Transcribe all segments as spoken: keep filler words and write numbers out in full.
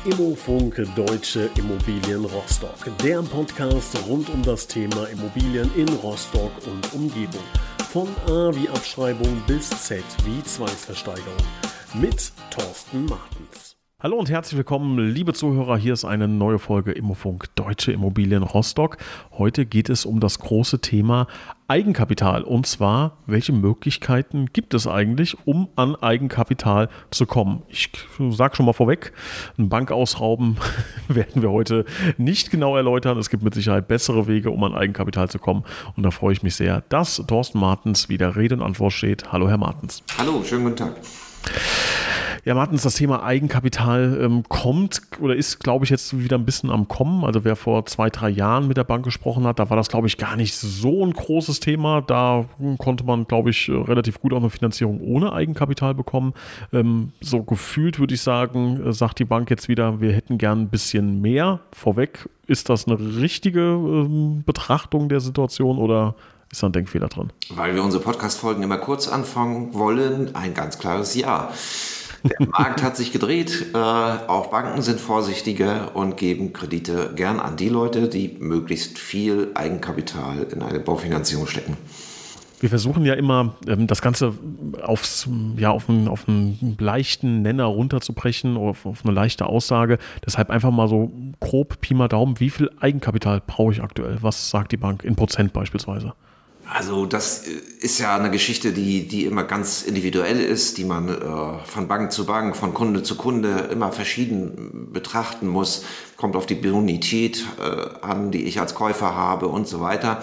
Immofunk Deutsche Immobilien Rostock, der Podcast rund um das Thema Immobilien in Rostock und Umgebung. Von A wie Abschreibung bis Z wie Zwangsversteigerung mit Thorsten Martens. Hallo und herzlich willkommen, liebe Zuhörer. Hier ist eine neue Folge Immofunk Deutsche Immobilien Rostock. Heute geht es um das große Thema Eigenkapital. Und zwar, welche Möglichkeiten gibt es eigentlich, um an Eigenkapital zu kommen? Ich sage schon mal vorweg, ein Bankausrauben werden wir heute nicht genau erläutern. Es gibt mit Sicherheit bessere Wege, um an Eigenkapital zu kommen. Und da freue ich mich sehr, dass Thorsten Martens wieder Rede und Antwort steht. Hallo, Herr Martens. Hallo, schönen guten Tag. Ja, Martens, das Thema Eigenkapital ähm, kommt oder ist, glaube ich, jetzt wieder ein bisschen am Kommen. Also wer vor zwei, drei Jahren mit der Bank gesprochen hat, da war das, glaube ich, gar nicht so ein großes Thema. Da hm, konnte man, glaube ich, relativ gut auch eine Finanzierung ohne Eigenkapital bekommen. Ähm, so gefühlt würde ich sagen, sagt die Bank jetzt wieder, wir hätten gern ein bisschen mehr. Vorweg, ist das eine richtige ähm, Betrachtung der Situation oder ist da ein Denkfehler drin? Weil wir unsere Podcast-Folgen immer kurz anfangen wollen, ein ganz klares Ja. Der Markt hat sich gedreht, äh, auch Banken sind vorsichtiger und geben Kredite gern an die Leute, die möglichst viel Eigenkapital in eine Baufinanzierung stecken. Wir versuchen ja immer, das Ganze aufs, ja, auf, einen, auf einen leichten Nenner runterzubrechen, auf, auf eine leichte Aussage. Deshalb einfach mal so grob Pi mal Daumen, wie viel Eigenkapital brauche ich aktuell? Was sagt die Bank in Prozent beispielsweise? Also das ist ja eine Geschichte, die, die immer ganz individuell ist, die man äh, von Bank zu Bank, von Kunde zu Kunde immer verschieden betrachten muss. Kommt auf die Bonität äh, an, die ich als Käufer habe und so weiter.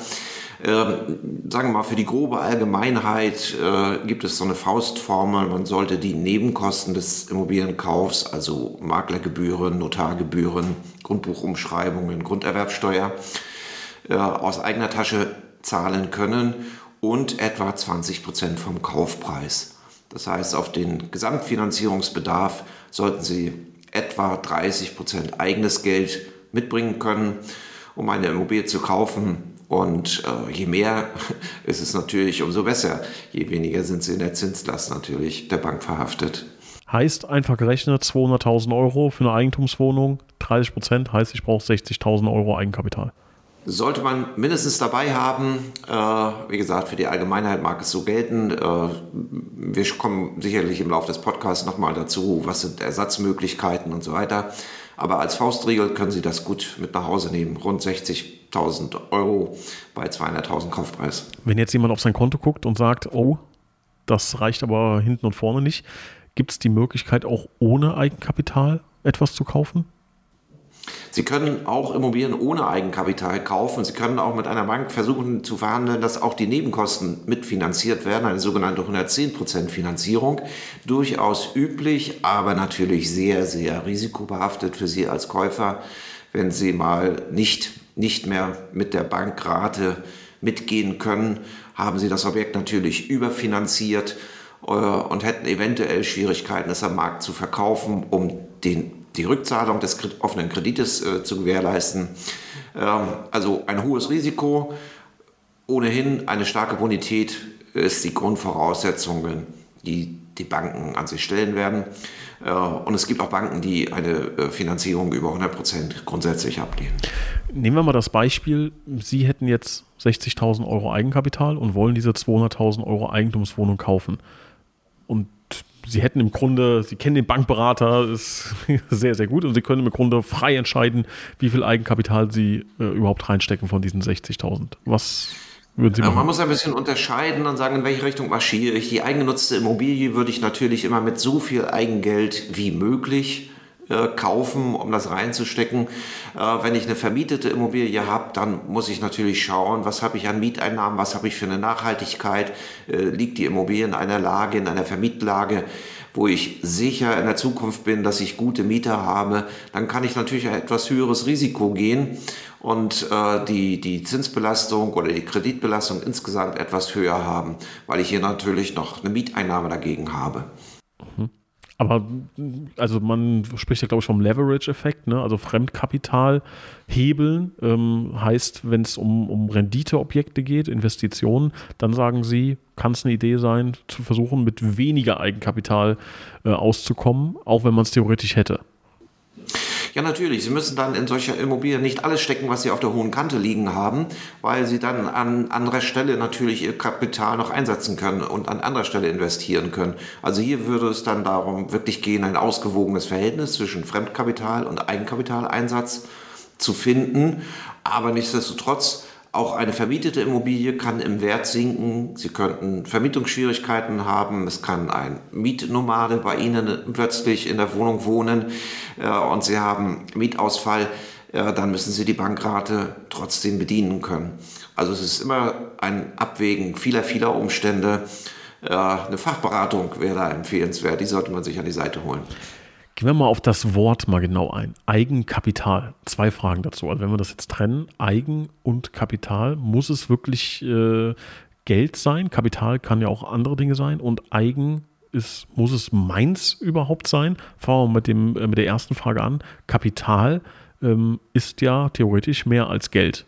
Ähm, sagen wir mal, für die grobe Allgemeinheit äh, gibt es so eine Faustformel. Man sollte die Nebenkosten des Immobilienkaufs, also Maklergebühren, Notargebühren, Grundbuchumschreibungen, Grunderwerbsteuer, äh, aus eigener Tasche zahlen können und etwa zwanzig Prozent vom Kaufpreis. Das heißt, auf den Gesamtfinanzierungsbedarf sollten Sie etwa dreißig Prozent eigenes Geld mitbringen können, um eine Immobilie zu kaufen. Und äh, je mehr ist es natürlich, umso besser. Je weniger sind Sie in der Zinslast natürlich der Bank verhaftet. Heißt einfach gerechnet zweihunderttausend Euro für eine Eigentumswohnung, dreißig Prozent heißt, ich brauche sechzigtausend Euro Eigenkapital. Sollte man mindestens dabei haben. Äh, wie gesagt, für die Allgemeinheit mag es so gelten. Äh, wir kommen sicherlich im Laufe des Podcasts nochmal dazu, was sind Ersatzmöglichkeiten und so weiter. Aber als Faustregel können Sie das gut mit nach Hause nehmen. Rund sechzigtausend Euro bei zweihunderttausend Kaufpreis. Wenn jetzt jemand auf sein Konto guckt und sagt, oh, das reicht aber hinten und vorne nicht, gibt es die Möglichkeit, auch ohne Eigenkapital etwas zu kaufen? Sie können auch Immobilien ohne Eigenkapital kaufen. Sie können auch mit einer Bank versuchen zu verhandeln, dass auch die Nebenkosten mitfinanziert werden, eine sogenannte hundertzehn Prozent Finanzierung. Durchaus üblich, aber natürlich sehr, sehr risikobehaftet für Sie als Käufer, wenn Sie mal nicht, nicht mehr mit der Bankrate mitgehen können, haben Sie das Objekt natürlich überfinanziert äh, und hätten eventuell Schwierigkeiten, es am Markt zu verkaufen, um den die Rückzahlung des offenen Kredites äh, zu gewährleisten. Ähm, also ein hohes Risiko, ohnehin eine starke Bonität ist die Grundvoraussetzung, die die Banken an sich stellen werden. Äh, und es gibt auch Banken, die eine äh, Finanzierung über hundert Prozent grundsätzlich ablehnen. Nehmen wir mal das Beispiel, Sie hätten jetzt sechzigtausend Euro Eigenkapital und wollen diese zweihunderttausend Euro Eigentumswohnung kaufen. Und Sie hätten im Grunde, Sie kennen den Bankberater, ist sehr, sehr gut und Sie können im Grunde frei entscheiden, wie viel Eigenkapital Sie äh, überhaupt reinstecken von diesen sechzigtausend. Was würden Sie machen? Man muss ein bisschen unterscheiden und sagen, in welche Richtung marschiere ich. Die eigengenutzte Immobilie würde ich natürlich immer mit so viel Eigengeld wie möglich äh, kaufen, um das reinzustecken. Äh, wenn ich eine vermietete Immobilie habe, dann muss ich natürlich schauen, was habe ich an Mieteinnahmen, was habe ich für eine Nachhaltigkeit, äh, liegt die Immobilie in einer Lage, in einer Vermietlage, wo ich sicher in der Zukunft bin, dass ich gute Mieter habe, dann kann ich natürlich ein etwas höheres Risiko gehen und äh, die, die Zinsbelastung oder die Kreditbelastung insgesamt etwas höher haben, weil ich hier natürlich noch eine Mieteinnahme dagegen habe. Mhm. Aber also man spricht ja, glaube ich, vom Leverage-Effekt, ne? Also Fremdkapital hebeln ähm, heißt, wenn es um, um Renditeobjekte geht, Investitionen, dann sagen Sie, kann es eine Idee sein, zu versuchen, mit weniger Eigenkapital äh, auszukommen, auch wenn man es theoretisch hätte. Ja, natürlich. Sie müssen dann in solcher Immobilie nicht alles stecken, was Sie auf der hohen Kante liegen haben, weil Sie dann an anderer Stelle natürlich Ihr Kapital noch einsetzen können und an anderer Stelle investieren können. Also hier würde es dann darum wirklich gehen, ein ausgewogenes Verhältnis zwischen Fremdkapital und Eigenkapitaleinsatz zu finden. Aber nichtsdestotrotz, auch eine vermietete Immobilie kann im Wert sinken. Sie könnten Vermietungsschwierigkeiten haben. Es kann ein Mietnomade bei Ihnen plötzlich in der Wohnung wohnen äh, und Sie haben Mietausfall. Äh, dann müssen Sie die Bankrate trotzdem bedienen können. Also es ist immer ein Abwägen vieler, vieler Umstände. Äh, eine Fachberatung wäre da empfehlenswert. Die sollte man sich an die Seite holen. Gehen wir mal auf das Wort mal genau ein. Eigenkapital. Zwei Fragen dazu. Also wenn wir das jetzt trennen, Eigen und Kapital, muss es wirklich äh, Geld sein? Kapital kann ja auch andere Dinge sein. Und Eigen ist, muss es meins überhaupt sein? Fangen wir mit, dem, äh, mit der ersten Frage an. Kapital ähm, ist ja theoretisch mehr als Geld.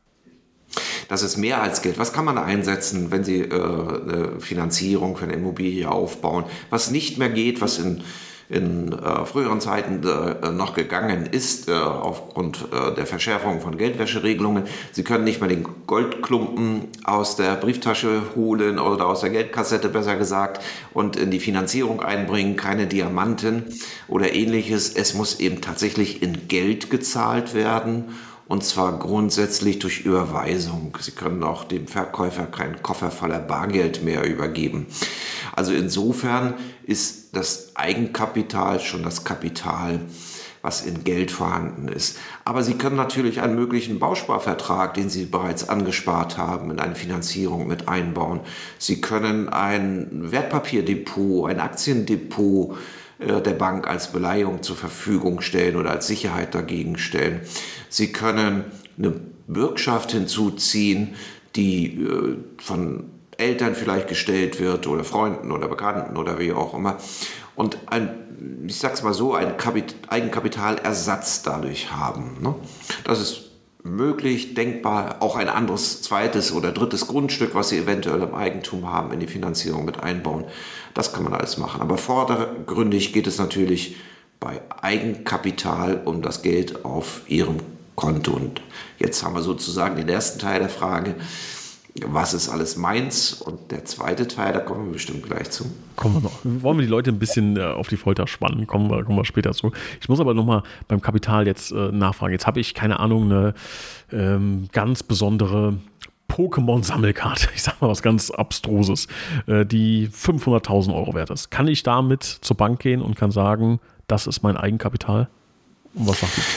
Das ist mehr als Geld. Was kann man einsetzen, wenn Sie äh, eine Finanzierung für eine Immobilie aufbauen? Was nicht mehr geht, was in in äh, früheren Zeiten äh, noch gegangen ist, äh, aufgrund äh, der Verschärfung von Geldwäscheregelungen. Sie können nicht mehr den Goldklumpen aus der Brieftasche holen oder aus der Geldkassette, besser gesagt, und in die Finanzierung einbringen, keine Diamanten oder ähnliches. Es muss eben tatsächlich in Geld gezahlt werden. Und zwar grundsätzlich durch Überweisung. Sie können auch dem Verkäufer keinen Koffer voller Bargeld mehr übergeben. Also insofern ist das Eigenkapital schon das Kapital, was in Geld vorhanden ist. Aber Sie können natürlich einen möglichen Bausparvertrag, den Sie bereits angespart haben, in eine Finanzierung mit einbauen. Sie können ein Wertpapierdepot, ein Aktiendepot der Bank als Beleihung zur Verfügung stellen oder als Sicherheit dagegen stellen. Sie können eine Bürgschaft hinzuziehen, die äh, von Eltern vielleicht gestellt wird oder Freunden oder Bekannten oder wie auch immer. Und ein, ich sag's mal so, ein Kapit- Eigenkapitalersatz dadurch haben. Ne? Das ist möglich, denkbar, auch ein anderes zweites oder drittes Grundstück, was Sie eventuell im Eigentum haben, in die Finanzierung mit einbauen. Das kann man alles machen. Aber vordergründig geht es natürlich bei Eigenkapital um das Geld auf Ihrem Konto. Und jetzt haben wir sozusagen den ersten Teil der Frage, was ist alles meins? Und der zweite Teil, da kommen wir bestimmt gleich zu. Kommen wir noch. Wollen wir die Leute ein bisschen äh, auf die Folter spannen? Kommen wir, kommen wir später zu. Ich muss aber nochmal beim Kapital jetzt äh, nachfragen. Jetzt habe ich, keine Ahnung, eine ähm, ganz besondere Pokémon-Sammelkarte. Ich sage mal was ganz Abstruses, äh, die fünfhunderttausend Euro wert ist. Kann ich damit zur Bank gehen und kann sagen, das ist mein Eigenkapital? Und was sagt ihr?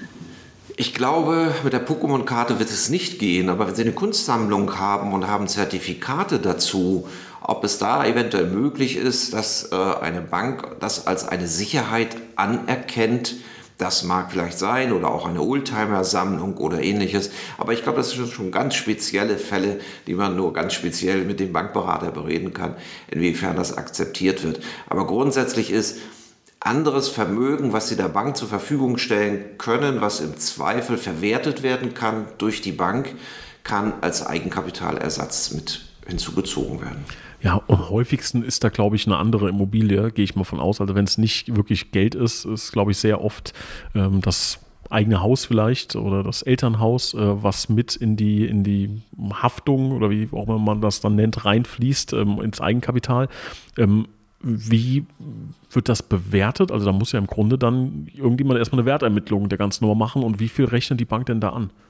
Ich glaube, mit der Pokémon-Karte wird es nicht gehen, aber wenn Sie eine Kunstsammlung haben und haben Zertifikate dazu, ob es da eventuell möglich ist, dass äh, eine Bank das als eine Sicherheit anerkennt, das mag vielleicht sein, oder auch eine Oldtimer-Sammlung oder ähnliches, aber ich glaube, das sind schon ganz spezielle Fälle, die man nur ganz speziell mit dem Bankberater bereden kann, inwiefern das akzeptiert wird. Aber grundsätzlich ist anderes Vermögen, was Sie der Bank zur Verfügung stellen können, was im Zweifel verwertet werden kann durch die Bank, kann als Eigenkapitalersatz mit hinzugezogen werden. Ja, am häufigsten ist da, glaube ich, eine andere Immobilie, gehe ich mal von aus. Also wenn es nicht wirklich Geld ist, ist, glaube ich, sehr oft ähm, das eigene Haus vielleicht oder das Elternhaus, äh, was mit in die, in die Haftung oder wie auch immer man das dann nennt, reinfließt, ähm, ins Eigenkapital. Ähm, Wie wird das bewertet? Also da muss ja im Grunde dann irgendjemand erstmal eine Wertermittlung der ganzen Nummer machen. Und wie viel rechnet die Bank denn da an?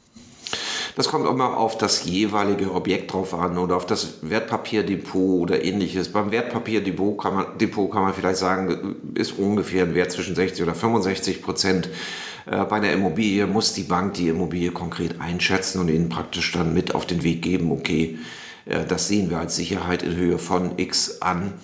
Das kommt immer auf das jeweilige Objekt drauf an oder auf das Wertpapierdepot oder ähnliches. Beim Wertpapierdepot kann man, Depot kann man vielleicht sagen, ist ungefähr ein Wert zwischen sechzig oder fünfundsechzig Prozent. Bei einer Immobilie muss die Bank die Immobilie konkret einschätzen und ihnen praktisch dann mit auf den Weg geben, okay, das sehen wir als Sicherheit in Höhe von X an.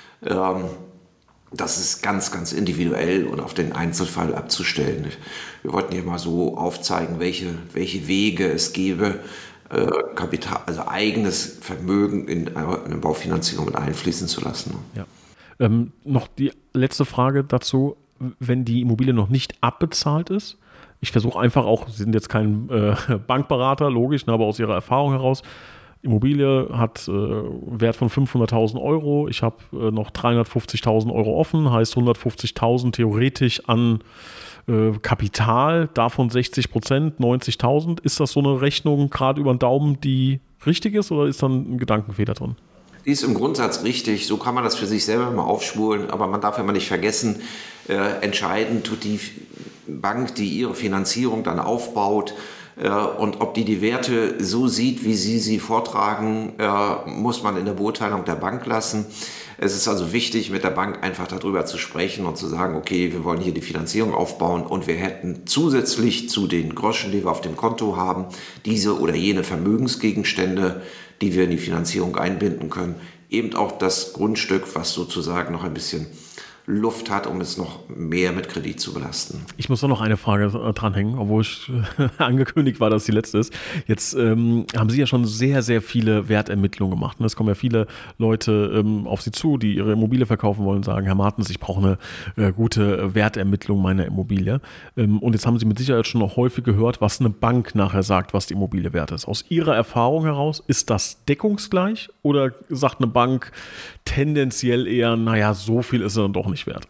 Das ist ganz, ganz individuell und auf den Einzelfall abzustellen. Wir wollten hier mal so aufzeigen, welche, welche Wege es gäbe, äh, Kapital, also eigenes Vermögen in eine Baufinanzierung mit einfließen zu lassen. Ja. Ähm, noch die letzte Frage dazu, wenn die Immobilie noch nicht abbezahlt ist. Ich versuche einfach auch, Sie sind jetzt kein äh, Bankberater, logisch, ne, aber aus Ihrer Erfahrung heraus, Immobilie hat äh, Wert von fünfhunderttausend Euro. Ich habe äh, noch dreihundertfünfzigtausend Euro offen, heißt hundertfünfzigtausend theoretisch an äh, Kapital, davon sechzig Prozent, neunzigtausend. Ist das so eine Rechnung gerade über den Daumen, die richtig ist, oder ist dann ein Gedankenfehler drin? Die ist im Grundsatz richtig, so kann man das für sich selber mal aufspulen, aber man darf immer nicht vergessen, äh, entscheiden tut die Bank, die ihre Finanzierung dann aufbaut, äh, und ob die die Werte so sieht, wie sie sie vortragen, äh, muss man in der Beurteilung der Bank lassen. Es ist also wichtig, mit der Bank einfach darüber zu sprechen und zu sagen, okay, wir wollen hier die Finanzierung aufbauen und wir hätten zusätzlich zu den Groschen, die wir auf dem Konto haben, diese oder jene Vermögensgegenstände, die wir in die Finanzierung einbinden können. Eben auch das Grundstück, was sozusagen noch ein bisschen Luft hat, um es noch mehr mit Kredit zu belasten. Ich muss da noch eine Frage dranhängen, obwohl ich angekündigt war, dass die letzte ist. Jetzt ähm, haben Sie ja schon sehr, sehr viele Wertermittlungen gemacht. Es kommen ja viele Leute ähm, auf Sie zu, die ihre Immobilie verkaufen wollen und sagen, Herr Martens, ich brauche eine äh, gute Wertermittlung meiner Immobilie. Ähm, und jetzt haben Sie mit Sicherheit schon noch häufig gehört, was eine Bank nachher sagt, was die Immobilie wert ist. Aus Ihrer Erfahrung heraus, ist das deckungsgleich oder sagt eine Bank tendenziell eher, naja, so viel ist er dann doch nicht wert?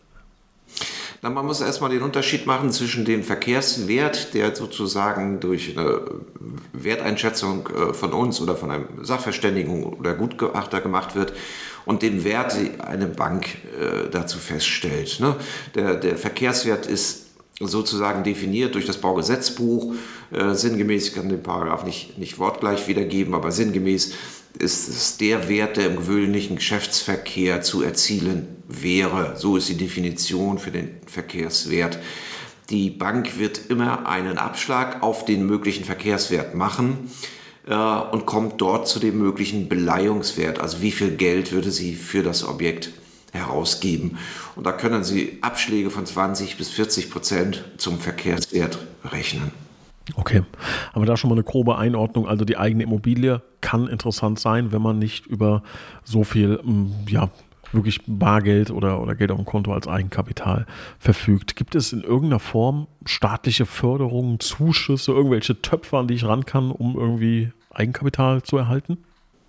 Na, man muss erstmal den Unterschied machen zwischen dem Verkehrswert, der sozusagen durch eine Werteinschätzung von uns oder von einem Sachverständigen oder Gutachter gemacht wird, und den Wert, den eine Bank äh, dazu feststellt. Ne? Der, der Verkehrswert ist sozusagen definiert durch das Baugesetzbuch. Äh, sinngemäß, ich kann den Paragraph nicht, nicht wortgleich wiedergeben, aber sinngemäß ist es der Wert, der im gewöhnlichen Geschäftsverkehr zu erzielen wäre. So ist die Definition für den Verkehrswert. Die Bank wird immer einen Abschlag auf den möglichen Verkehrswert machen äh, und kommt dort zu dem möglichen Beleihungswert. Also wie viel Geld würde sie für das Objekt herausgeben. Und da können Sie Abschläge von zwanzig bis vierzig Prozent zum Verkehrswert rechnen. Okay, aber da schon mal eine grobe Einordnung. Also die eigene Immobilie kann interessant sein, wenn man nicht über so viel, ja, wirklich Bargeld oder, oder Geld auf dem Konto als Eigenkapital verfügt. Gibt es in irgendeiner Form staatliche Förderungen, Zuschüsse, irgendwelche Töpfe, an die ich ran kann, um irgendwie Eigenkapital zu erhalten?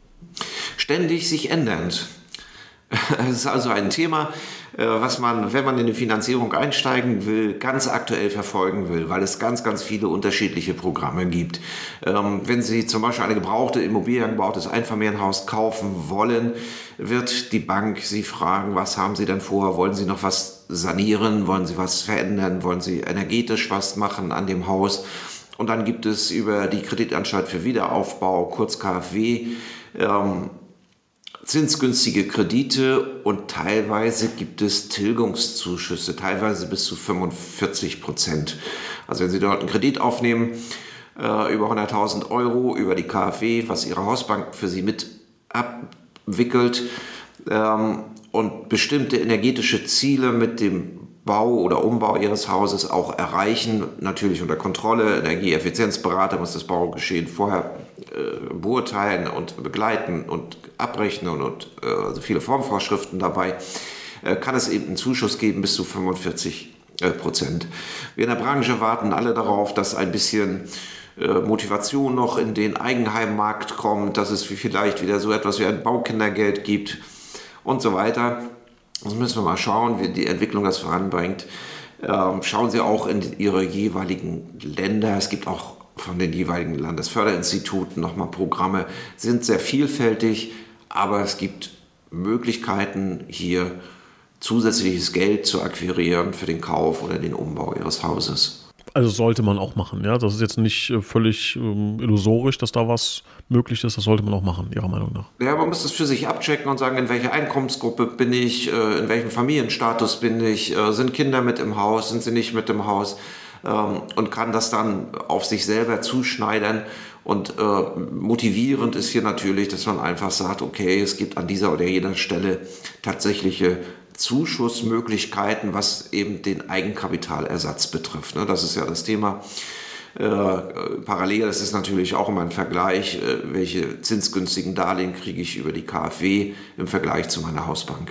Ständig sich ändernd. Es ist also ein Thema, was man, wenn man in die Finanzierung einsteigen will, ganz aktuell verfolgen will, weil es ganz, ganz viele unterschiedliche Programme gibt. Wenn Sie zum Beispiel eine gebrauchte Immobilie, ein gebautes Einfamilienhaus kaufen wollen, wird die Bank Sie fragen, was haben Sie denn vor? Wollen Sie noch was sanieren? Wollen Sie was verändern? Wollen Sie energetisch was machen an dem Haus? Und dann gibt es über die Kreditanstalt für Wiederaufbau, kurz K f W, ähm, zinsgünstige Kredite und teilweise gibt es Tilgungszuschüsse, teilweise bis zu fünfundvierzig Prozent. Also wenn Sie dort einen Kredit aufnehmen, äh, über hunderttausend Euro über die K f W, was Ihre Hausbank für Sie mit abwickelt, ähm, und bestimmte energetische Ziele mit dem Bau oder Umbau Ihres Hauses auch erreichen, natürlich unter Kontrolle. Energieeffizienzberater muss das Baugeschehen vorher äh, beurteilen und begleiten und abrechnen und äh, also viele Formvorschriften dabei, äh, kann es eben einen Zuschuss geben bis zu fünfundvierzig Prozent. Wir in der Branche warten alle darauf, dass ein bisschen äh, Motivation noch in den Eigenheimmarkt kommt, dass es vielleicht wieder so etwas wie ein Baukindergeld gibt und so weiter. Das müssen wir mal schauen, wie die Entwicklung das voranbringt. Ähm, schauen Sie auch in Ihre jeweiligen Länder. Es gibt auch von den jeweiligen Landesförderinstituten nochmal Programme, sind sehr vielfältig, aber es gibt Möglichkeiten, hier zusätzliches Geld zu akquirieren für den Kauf oder den Umbau Ihres Hauses. Also sollte man auch machen, ja. Das ist jetzt nicht völlig ähm, illusorisch, dass da was möglich ist. Das sollte man auch machen, Ihrer Meinung nach. Ja, man muss das für sich abchecken und sagen, in welcher Einkommensgruppe bin ich, äh, in welchem Familienstatus bin ich, äh, sind Kinder mit im Haus, sind sie nicht mit im Haus, ähm, und kann das dann auf sich selber zuschneidern. Und äh, motivierend ist hier natürlich, dass man einfach sagt, okay, es gibt an dieser oder jener Stelle tatsächliche Zuschussmöglichkeiten, was eben den Eigenkapitalersatz betrifft. Das ist ja das Thema. Äh, parallel, das ist natürlich auch immer ein Vergleich, äh, welche zinsgünstigen Darlehen kriege ich über die K f W im Vergleich zu meiner Hausbank.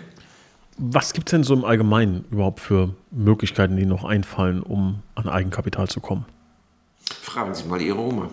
Was gibt es denn so im Allgemeinen überhaupt für Möglichkeiten, die noch einfallen, um an Eigenkapital zu kommen? Fragen Sie mal Ihre Oma.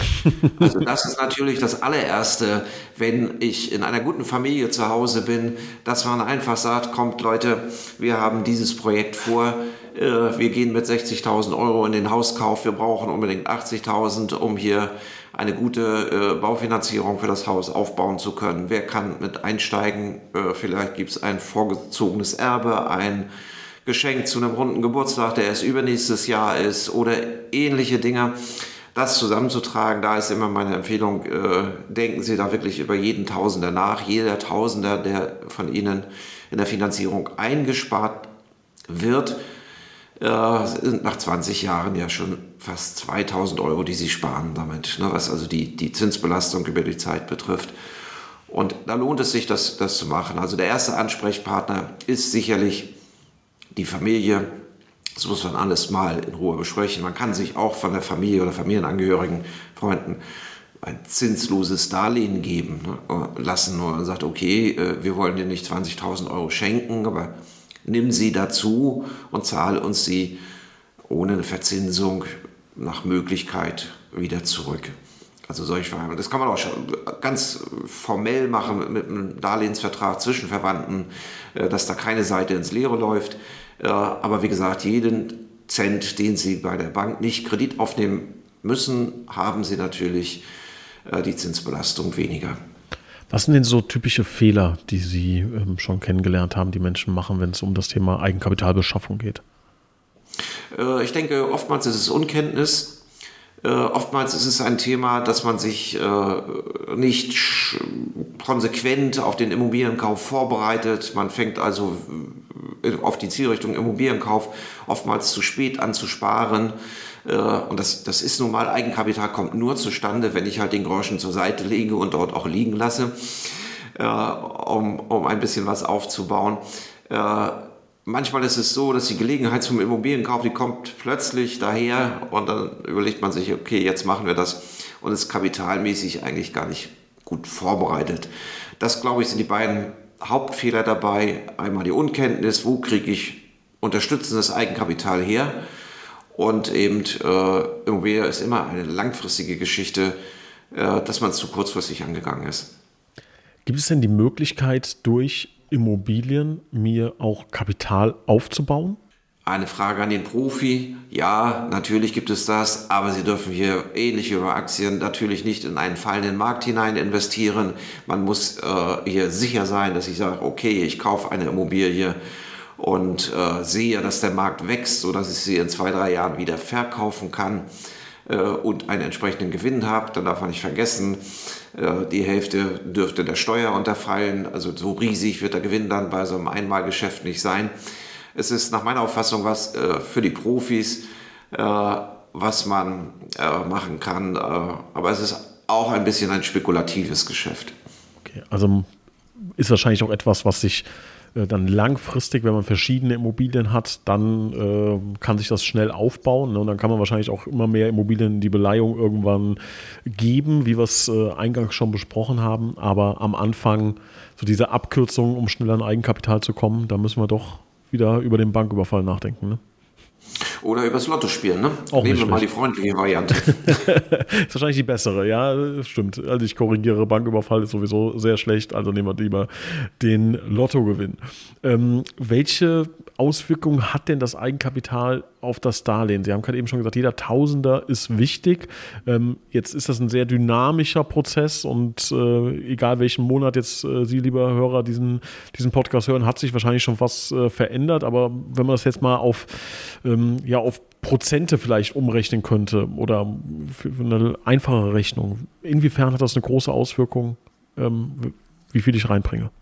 Also das ist natürlich das allererste, wenn ich in einer guten Familie zu Hause bin, dass man einfach sagt, kommt Leute, wir haben dieses Projekt vor, äh, wir gehen mit sechzigtausend Euro in den Hauskauf, wir brauchen unbedingt achtzigtausend, um hier eine gute äh, Baufinanzierung für das Haus aufbauen zu können. Wer kann mit einsteigen? Äh, vielleicht gibt es ein vorgezogenes Erbe, ein Geschenk zu einem runden Geburtstag, der erst übernächstes Jahr ist oder ähnliche Dinge. Das zusammenzutragen, da ist immer meine Empfehlung, äh, denken Sie da wirklich über jeden Tausender nach. Jeder Tausender, der von Ihnen in der Finanzierung eingespart wird, äh, sind nach zwanzig Jahren ja schon fast zweitausend Euro, die Sie sparen damit, ne, was also die, die Zinsbelastung über die Zeit betrifft. Und da lohnt es sich, das, das zu machen. Also der erste Ansprechpartner ist sicherlich die Familie. Das muss man alles mal in Ruhe besprechen. Man kann sich auch von der Familie oder Familienangehörigen, Freunden ein zinsloses Darlehen geben, ne, lassen. Und man sagt, okay, wir wollen dir nicht zwanzigtausend Euro schenken, aber nimm sie dazu und zahle uns sie ohne eine Verzinsung nach Möglichkeit wieder zurück. Also solche Verhandlungen. Das kann man auch schon ganz formell machen mit einem Darlehensvertrag zwischen Verwandten, dass da keine Seite ins Leere läuft. Aber wie gesagt, jeden Cent, den Sie bei der Bank nicht Kredit aufnehmen müssen, haben Sie natürlich die Zinsbelastung weniger. Was sind denn so typische Fehler, die Sie ähm, schon kennengelernt haben, die Menschen machen, wenn es um das Thema Eigenkapitalbeschaffung geht? Äh, ich denke, oftmals ist es Unkenntnis. Äh, oftmals ist es ein Thema, dass man sich äh, nicht sch- konsequent auf den Immobilienkauf vorbereitet. Man fängt also auf die Zielrichtung Immobilienkauf oftmals zu spät an zu sparen. Äh, und das, das ist nun mal, Eigenkapital kommt nur zustande, wenn ich halt den Groschen zur Seite lege und dort auch liegen lasse, äh, um, um ein bisschen was aufzubauen. Äh, Manchmal ist es so, dass die Gelegenheit zum Immobilienkauf, die kommt plötzlich daher und dann überlegt man sich, okay, jetzt machen wir das und ist kapitalmäßig eigentlich gar nicht gut vorbereitet. Das, glaube ich, sind die beiden Hauptfehler dabei. Einmal die Unkenntnis, wo kriege ich unterstützendes Eigenkapital her, und eben äh, Immobilie ist immer eine langfristige Geschichte, äh, dass man zu kurzfristig angegangen ist. Gibt es denn die Möglichkeit, durch Immobilien mir auch Kapital aufzubauen? Eine Frage an den Profi. Ja, natürlich gibt es das, aber Sie dürfen hier ähnlich wie bei Aktien natürlich nicht in einen fallenden Markt hinein investieren. Man muss äh, hier sicher sein, dass ich sage, okay, ich kaufe eine Immobilie und äh, sehe, dass der Markt wächst, sodass ich sie in zwei, drei Jahren wieder verkaufen kann äh, und einen entsprechenden Gewinn habe. Dann darf man nicht vergessen, äh, die Hälfte dürfte der Steuer unterfallen. Also so riesig wird der Gewinn dann bei so einem Einmalgeschäft nicht sein. Es ist nach meiner Auffassung was äh, für die Profis, äh, was man äh, machen kann. Äh, aber es ist auch ein bisschen ein spekulatives Geschäft. Okay, also ist wahrscheinlich auch etwas, was sich äh, dann langfristig, wenn man verschiedene Immobilien hat, dann äh, kann sich das schnell aufbauen. Ne? Und dann kann man wahrscheinlich auch immer mehr Immobilien in die Beleihung irgendwann geben, wie wir es äh, eingangs schon besprochen haben. Aber am Anfang so diese Abkürzung, um schneller an Eigenkapital zu kommen, da müssen wir doch wieder über den Banküberfall nachdenken. Ne? Oder übers Lotto spielen, ne? Auch Nehmen wir mal die schlecht. freundliche Variante. Ist wahrscheinlich die bessere, ja, stimmt. Also ich korrigiere, Banküberfall ist sowieso sehr schlecht, also nehmen wir lieber den Lottogewinn. Ähm, welche Auswirkungen hat denn das Eigenkapital auf das Darlehen? Sie haben gerade eben schon gesagt, jeder Tausender ist wichtig. Ähm, jetzt ist das ein sehr dynamischer Prozess und äh, egal welchen Monat jetzt äh, Sie, lieber Hörer, diesen, diesen Podcast hören, hat sich wahrscheinlich schon was äh, verändert. Aber wenn man das jetzt mal auf, ähm, ja, auf Prozente vielleicht umrechnen könnte oder für, für eine einfache Rechnung, inwiefern hat das eine große Auswirkung, ähm, wie viel ich reinbringe?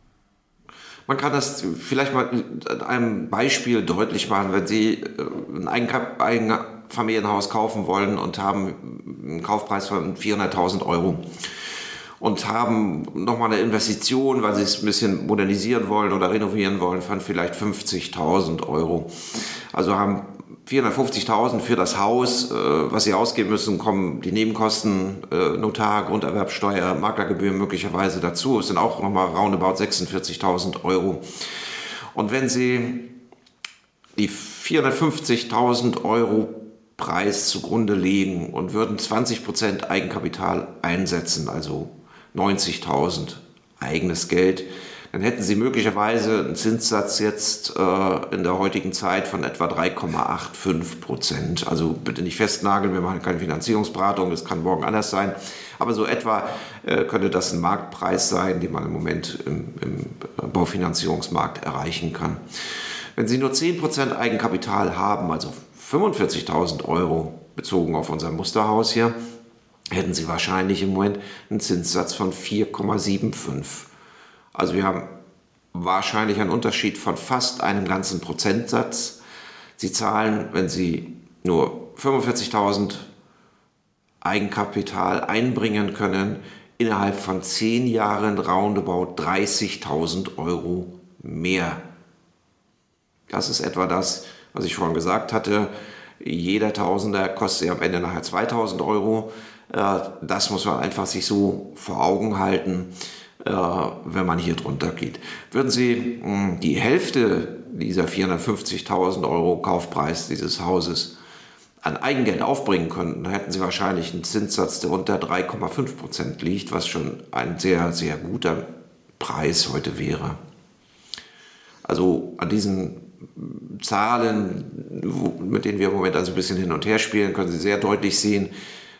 Man kann das vielleicht mal an einem Beispiel deutlich machen, wenn Sie ein Eigenfamilienhaus kaufen wollen und haben einen Kaufpreis von vierhunderttausend Euro und haben nochmal eine Investition, weil Sie es ein bisschen modernisieren wollen oder renovieren wollen, von vielleicht fünfzigtausend Euro. Also haben vierhundertfünfzigtausend für das Haus, was Sie ausgeben müssen, kommen die Nebenkosten, Notar, Grunderwerbsteuer, Maklergebühren möglicherweise dazu. Es sind auch nochmal roundabout sechsundvierzigtausend Euro. Und wenn Sie die vierhundertfünfzigtausend Euro Preis zugrunde legen und würden zwanzig Prozent Eigenkapital einsetzen, also neunzigtausend eigenes Geld, dann hätten Sie möglicherweise einen Zinssatz jetzt äh, in der heutigen Zeit von etwa drei Komma fünfundachtzig Prozent. Also bitte nicht festnageln, wir machen keine Finanzierungsberatung, das kann morgen anders sein. Aber so etwa äh, könnte das ein Marktpreis sein, den man im Moment im, im Baufinanzierungsmarkt erreichen kann. Wenn Sie nur zehn Prozent Eigenkapital haben, also fünfundvierzigtausend Euro bezogen auf unser Musterhaus hier, hätten Sie wahrscheinlich im Moment einen Zinssatz von vier Komma fünfundsiebzig. Also wir haben wahrscheinlich einen Unterschied von fast einem ganzen Prozentsatz. Sie zahlen, wenn Sie nur fünfundvierzigtausend Eigenkapital einbringen können, innerhalb von zehn Jahren roundabout dreißigtausend Euro mehr. Das ist etwa das, was ich vorhin gesagt hatte. Jeder Tausender kostet ja am Ende nachher zweitausend Euro. Das muss man einfach sich so vor Augen halten, wenn man hier drunter geht. Würden Sie die Hälfte dieser vierhundertfünfzigtausend Euro Kaufpreis dieses Hauses an Eigengeld aufbringen könnten, dann hätten Sie wahrscheinlich einen Zinssatz, der unter drei Komma fünf Prozent liegt, was schon ein sehr, sehr guter Preis heute wäre. Also an diesen Zahlen, mit denen wir im Moment also ein bisschen hin und her spielen, können Sie sehr deutlich sehen,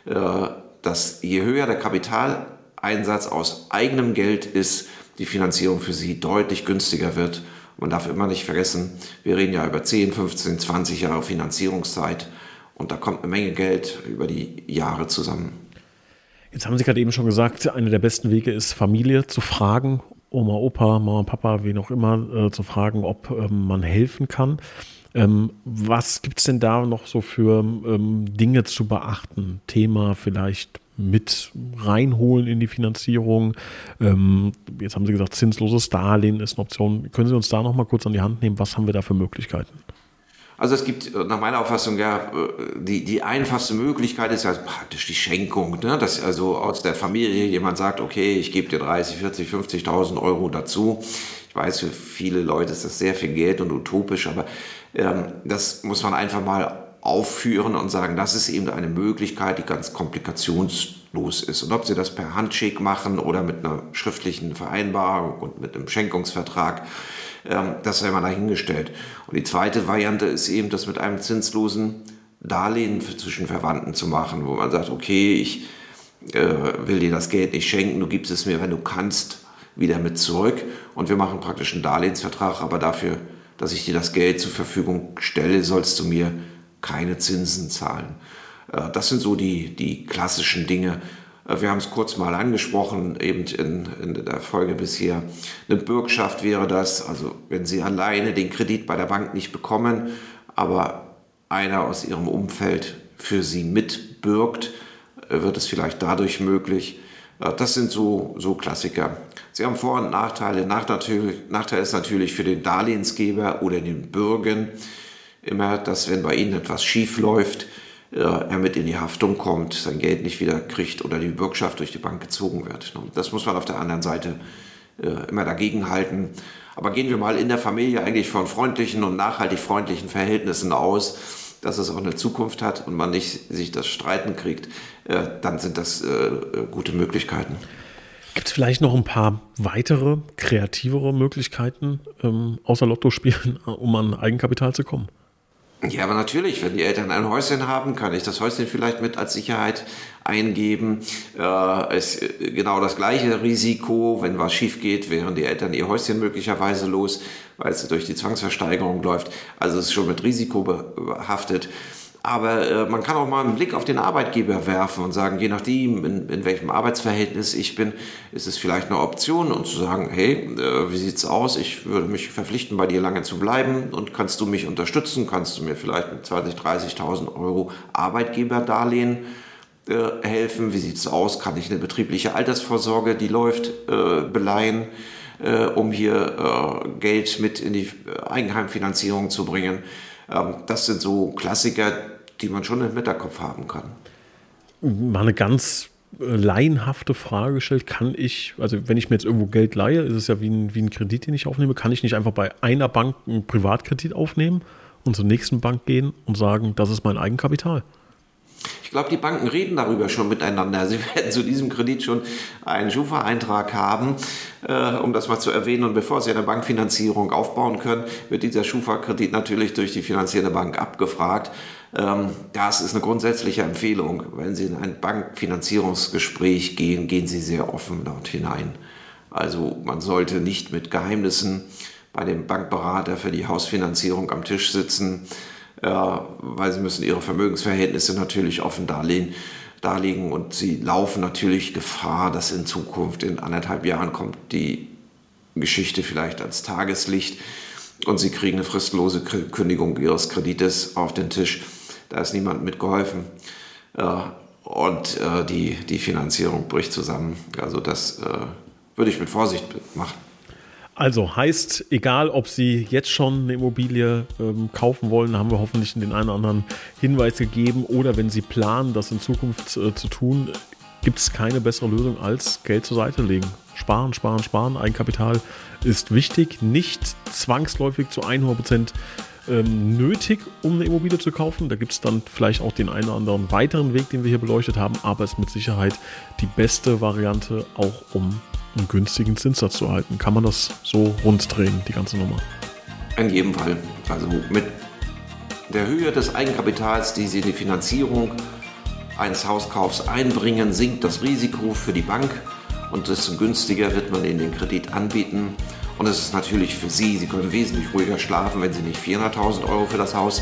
dass je höher der Kapitaleinsatz aus eigenem Geld ist, die Finanzierung für Sie deutlich günstiger wird. Man darf immer nicht vergessen, wir reden ja über zehn, fünfzehn, zwanzig Jahre Finanzierungszeit und da kommt eine Menge Geld über die Jahre zusammen. Jetzt haben Sie gerade eben schon gesagt, einer der besten Wege ist, Familie zu fragen, Oma, Opa, Mama, Papa, wen auch immer, äh, zu fragen, ob ähm, man helfen kann. Ähm, was gibt es denn da noch so für ähm, Dinge zu beachten? Thema vielleicht mit reinholen in die Finanzierung. Ähm, jetzt haben Sie gesagt, zinsloses Darlehen ist eine Option. Können Sie uns da noch mal kurz an die Hand nehmen? Was haben wir da für Möglichkeiten? Also es gibt nach meiner Auffassung ja, die, die einfachste Möglichkeit ist ja praktisch die Schenkung, ne? Dass also aus der Familie jemand sagt, okay, ich gebe dir dreißig, vierzig, fünfzigtausend Euro dazu. Ich weiß, für viele Leute ist das sehr viel Geld und utopisch, aber ähm, das muss man einfach mal aufführen und sagen, das ist eben eine Möglichkeit, die ganz komplikationslos ist. Und ob Sie das per Handshake machen oder mit einer schriftlichen Vereinbarung und mit einem Schenkungsvertrag, ähm, das sei mal dahingestellt. Und die zweite Variante ist eben, das mit einem zinslosen Darlehen zwischen Verwandten zu machen, wo man sagt, okay, ich äh, will dir das Geld nicht schenken, du gibst es mir, wenn du kannst, wieder mit zurück. Und wir machen praktisch einen Darlehensvertrag, aber dafür, dass ich dir das Geld zur Verfügung stelle, sollst du mir keine Zinsen zahlen. Das sind so die, die klassischen Dinge. Wir haben es kurz mal angesprochen, eben in, in der Folge bisher. Eine Bürgschaft wäre das, also wenn Sie alleine den Kredit bei der Bank nicht bekommen, aber einer aus Ihrem Umfeld für Sie mitbürgt, wird es vielleicht dadurch möglich. Das sind so, so Klassiker. Sie haben Vor- und Nachteile. Nachteil ist natürlich für den Darlehensgeber oder den Bürgen immer, dass wenn bei Ihnen etwas schief läuft, er mit in die Haftung kommt, sein Geld nicht wieder kriegt oder die Bürgschaft durch die Bank gezogen wird. Das muss man auf der anderen Seite immer dagegen halten. Aber gehen wir mal in der Familie eigentlich von freundlichen und nachhaltig freundlichen Verhältnissen aus, dass es auch eine Zukunft hat und man nicht sich das Streiten kriegt, dann sind das gute Möglichkeiten. Gibt es vielleicht noch ein paar weitere, kreativere Möglichkeiten, ähm, außer Lotto spielen, um an Eigenkapital zu kommen? Ja, aber natürlich, wenn die Eltern ein Häuschen haben, kann ich das Häuschen vielleicht mit als Sicherheit eingeben. Äh, ist genau das gleiche Risiko, wenn was schief geht, wären die Eltern ihr Häuschen möglicherweise los, weil es durch die Zwangsversteigerung läuft. Also es ist schon mit Risiko behaftet. Aber äh, man kann auch mal einen Blick auf den Arbeitgeber werfen und sagen, je nachdem, in, in welchem Arbeitsverhältnis ich bin, ist es vielleicht eine Option, und zu sagen, hey, äh, wie sieht's aus? Ich würde mich verpflichten, bei dir lange zu bleiben, und kannst du mich unterstützen? Kannst du mir vielleicht mit zwanzigtausend, dreißigtausend Euro Arbeitgeberdarlehen äh, helfen? Wie sieht's aus? Kann ich eine betriebliche Altersvorsorge, die läuft, äh, beleihen, äh, um hier äh, Geld mit in die Eigenheimfinanzierung zu bringen? Das sind so Klassiker, die man schon im Hinterkopf haben kann. Mal eine ganz laienhafte Frage gestellt. Kann ich, also wenn ich mir jetzt irgendwo Geld leihe, ist es ja wie ein, wie ein Kredit, den ich aufnehme, kann ich nicht einfach bei einer Bank einen Privatkredit aufnehmen und zur nächsten Bank gehen und sagen, das ist mein Eigenkapital? Ich glaube, die Banken reden darüber schon miteinander. Sie werden zu diesem Kredit schon einen Schufa-Eintrag haben, äh, um das mal zu erwähnen. Und bevor Sie eine Bankfinanzierung aufbauen können, wird dieser Schufa-Kredit natürlich durch die finanzierende Bank abgefragt. Ähm, das ist eine grundsätzliche Empfehlung. Wenn Sie in ein Bankfinanzierungsgespräch gehen, gehen Sie sehr offen dort hinein. Also man sollte nicht mit Geheimnissen bei dem Bankberater für die Hausfinanzierung am Tisch sitzen, äh, weil sie müssen ihre Vermögensverhältnisse natürlich offen darlegen, darlegen und sie laufen natürlich Gefahr, dass in Zukunft, in anderthalb Jahren kommt die Geschichte vielleicht ans Tageslicht und sie kriegen eine fristlose Kündigung ihres Kredites auf den Tisch. Da ist niemandem mitgeholfen äh, und äh, die, die Finanzierung bricht zusammen. Also das äh, würde ich mit Vorsicht machen. Also heißt, egal ob Sie jetzt schon eine Immobilie ähm, kaufen wollen, haben wir hoffentlich den einen oder anderen Hinweis gegeben, oder wenn Sie planen, das in Zukunft äh, zu tun, gibt es keine bessere Lösung als Geld zur Seite legen. Sparen, sparen, sparen. Eigenkapital ist wichtig, nicht zwangsläufig zu hundert Prozent ähm, nötig, um eine Immobilie zu kaufen. Da gibt es dann vielleicht auch den einen oder anderen weiteren Weg, den wir hier beleuchtet haben, aber es ist mit Sicherheit die beste Variante, auch um einen günstigen Zinssatz zu halten. Kann man das so runddrehen, die ganze Nummer? In jedem Fall. Also mit der Höhe des Eigenkapitals, die Sie in die Finanzierung eines Hauskaufs einbringen, sinkt das Risiko für die Bank und desto günstiger wird man Ihnen den Kredit anbieten. Und es ist natürlich für Sie, Sie können wesentlich ruhiger schlafen, wenn Sie nicht vierhunderttausend Euro für das Haus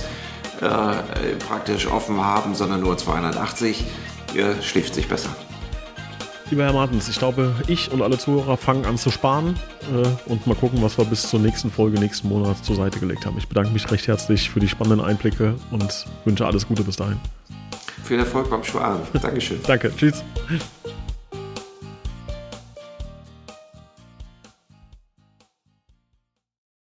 äh, praktisch offen haben, sondern nur zweihundertachtzig. Ihr schläft sich besser. Lieber Herr Martens, ich glaube, ich und alle Zuhörer fangen an zu sparen äh, und mal gucken, was wir bis zur nächsten Folge, nächsten Monat zur Seite gelegt haben. Ich bedanke mich recht herzlich für die spannenden Einblicke und wünsche alles Gute bis dahin. Viel Erfolg beim Sparen. Dankeschön. Danke, tschüss.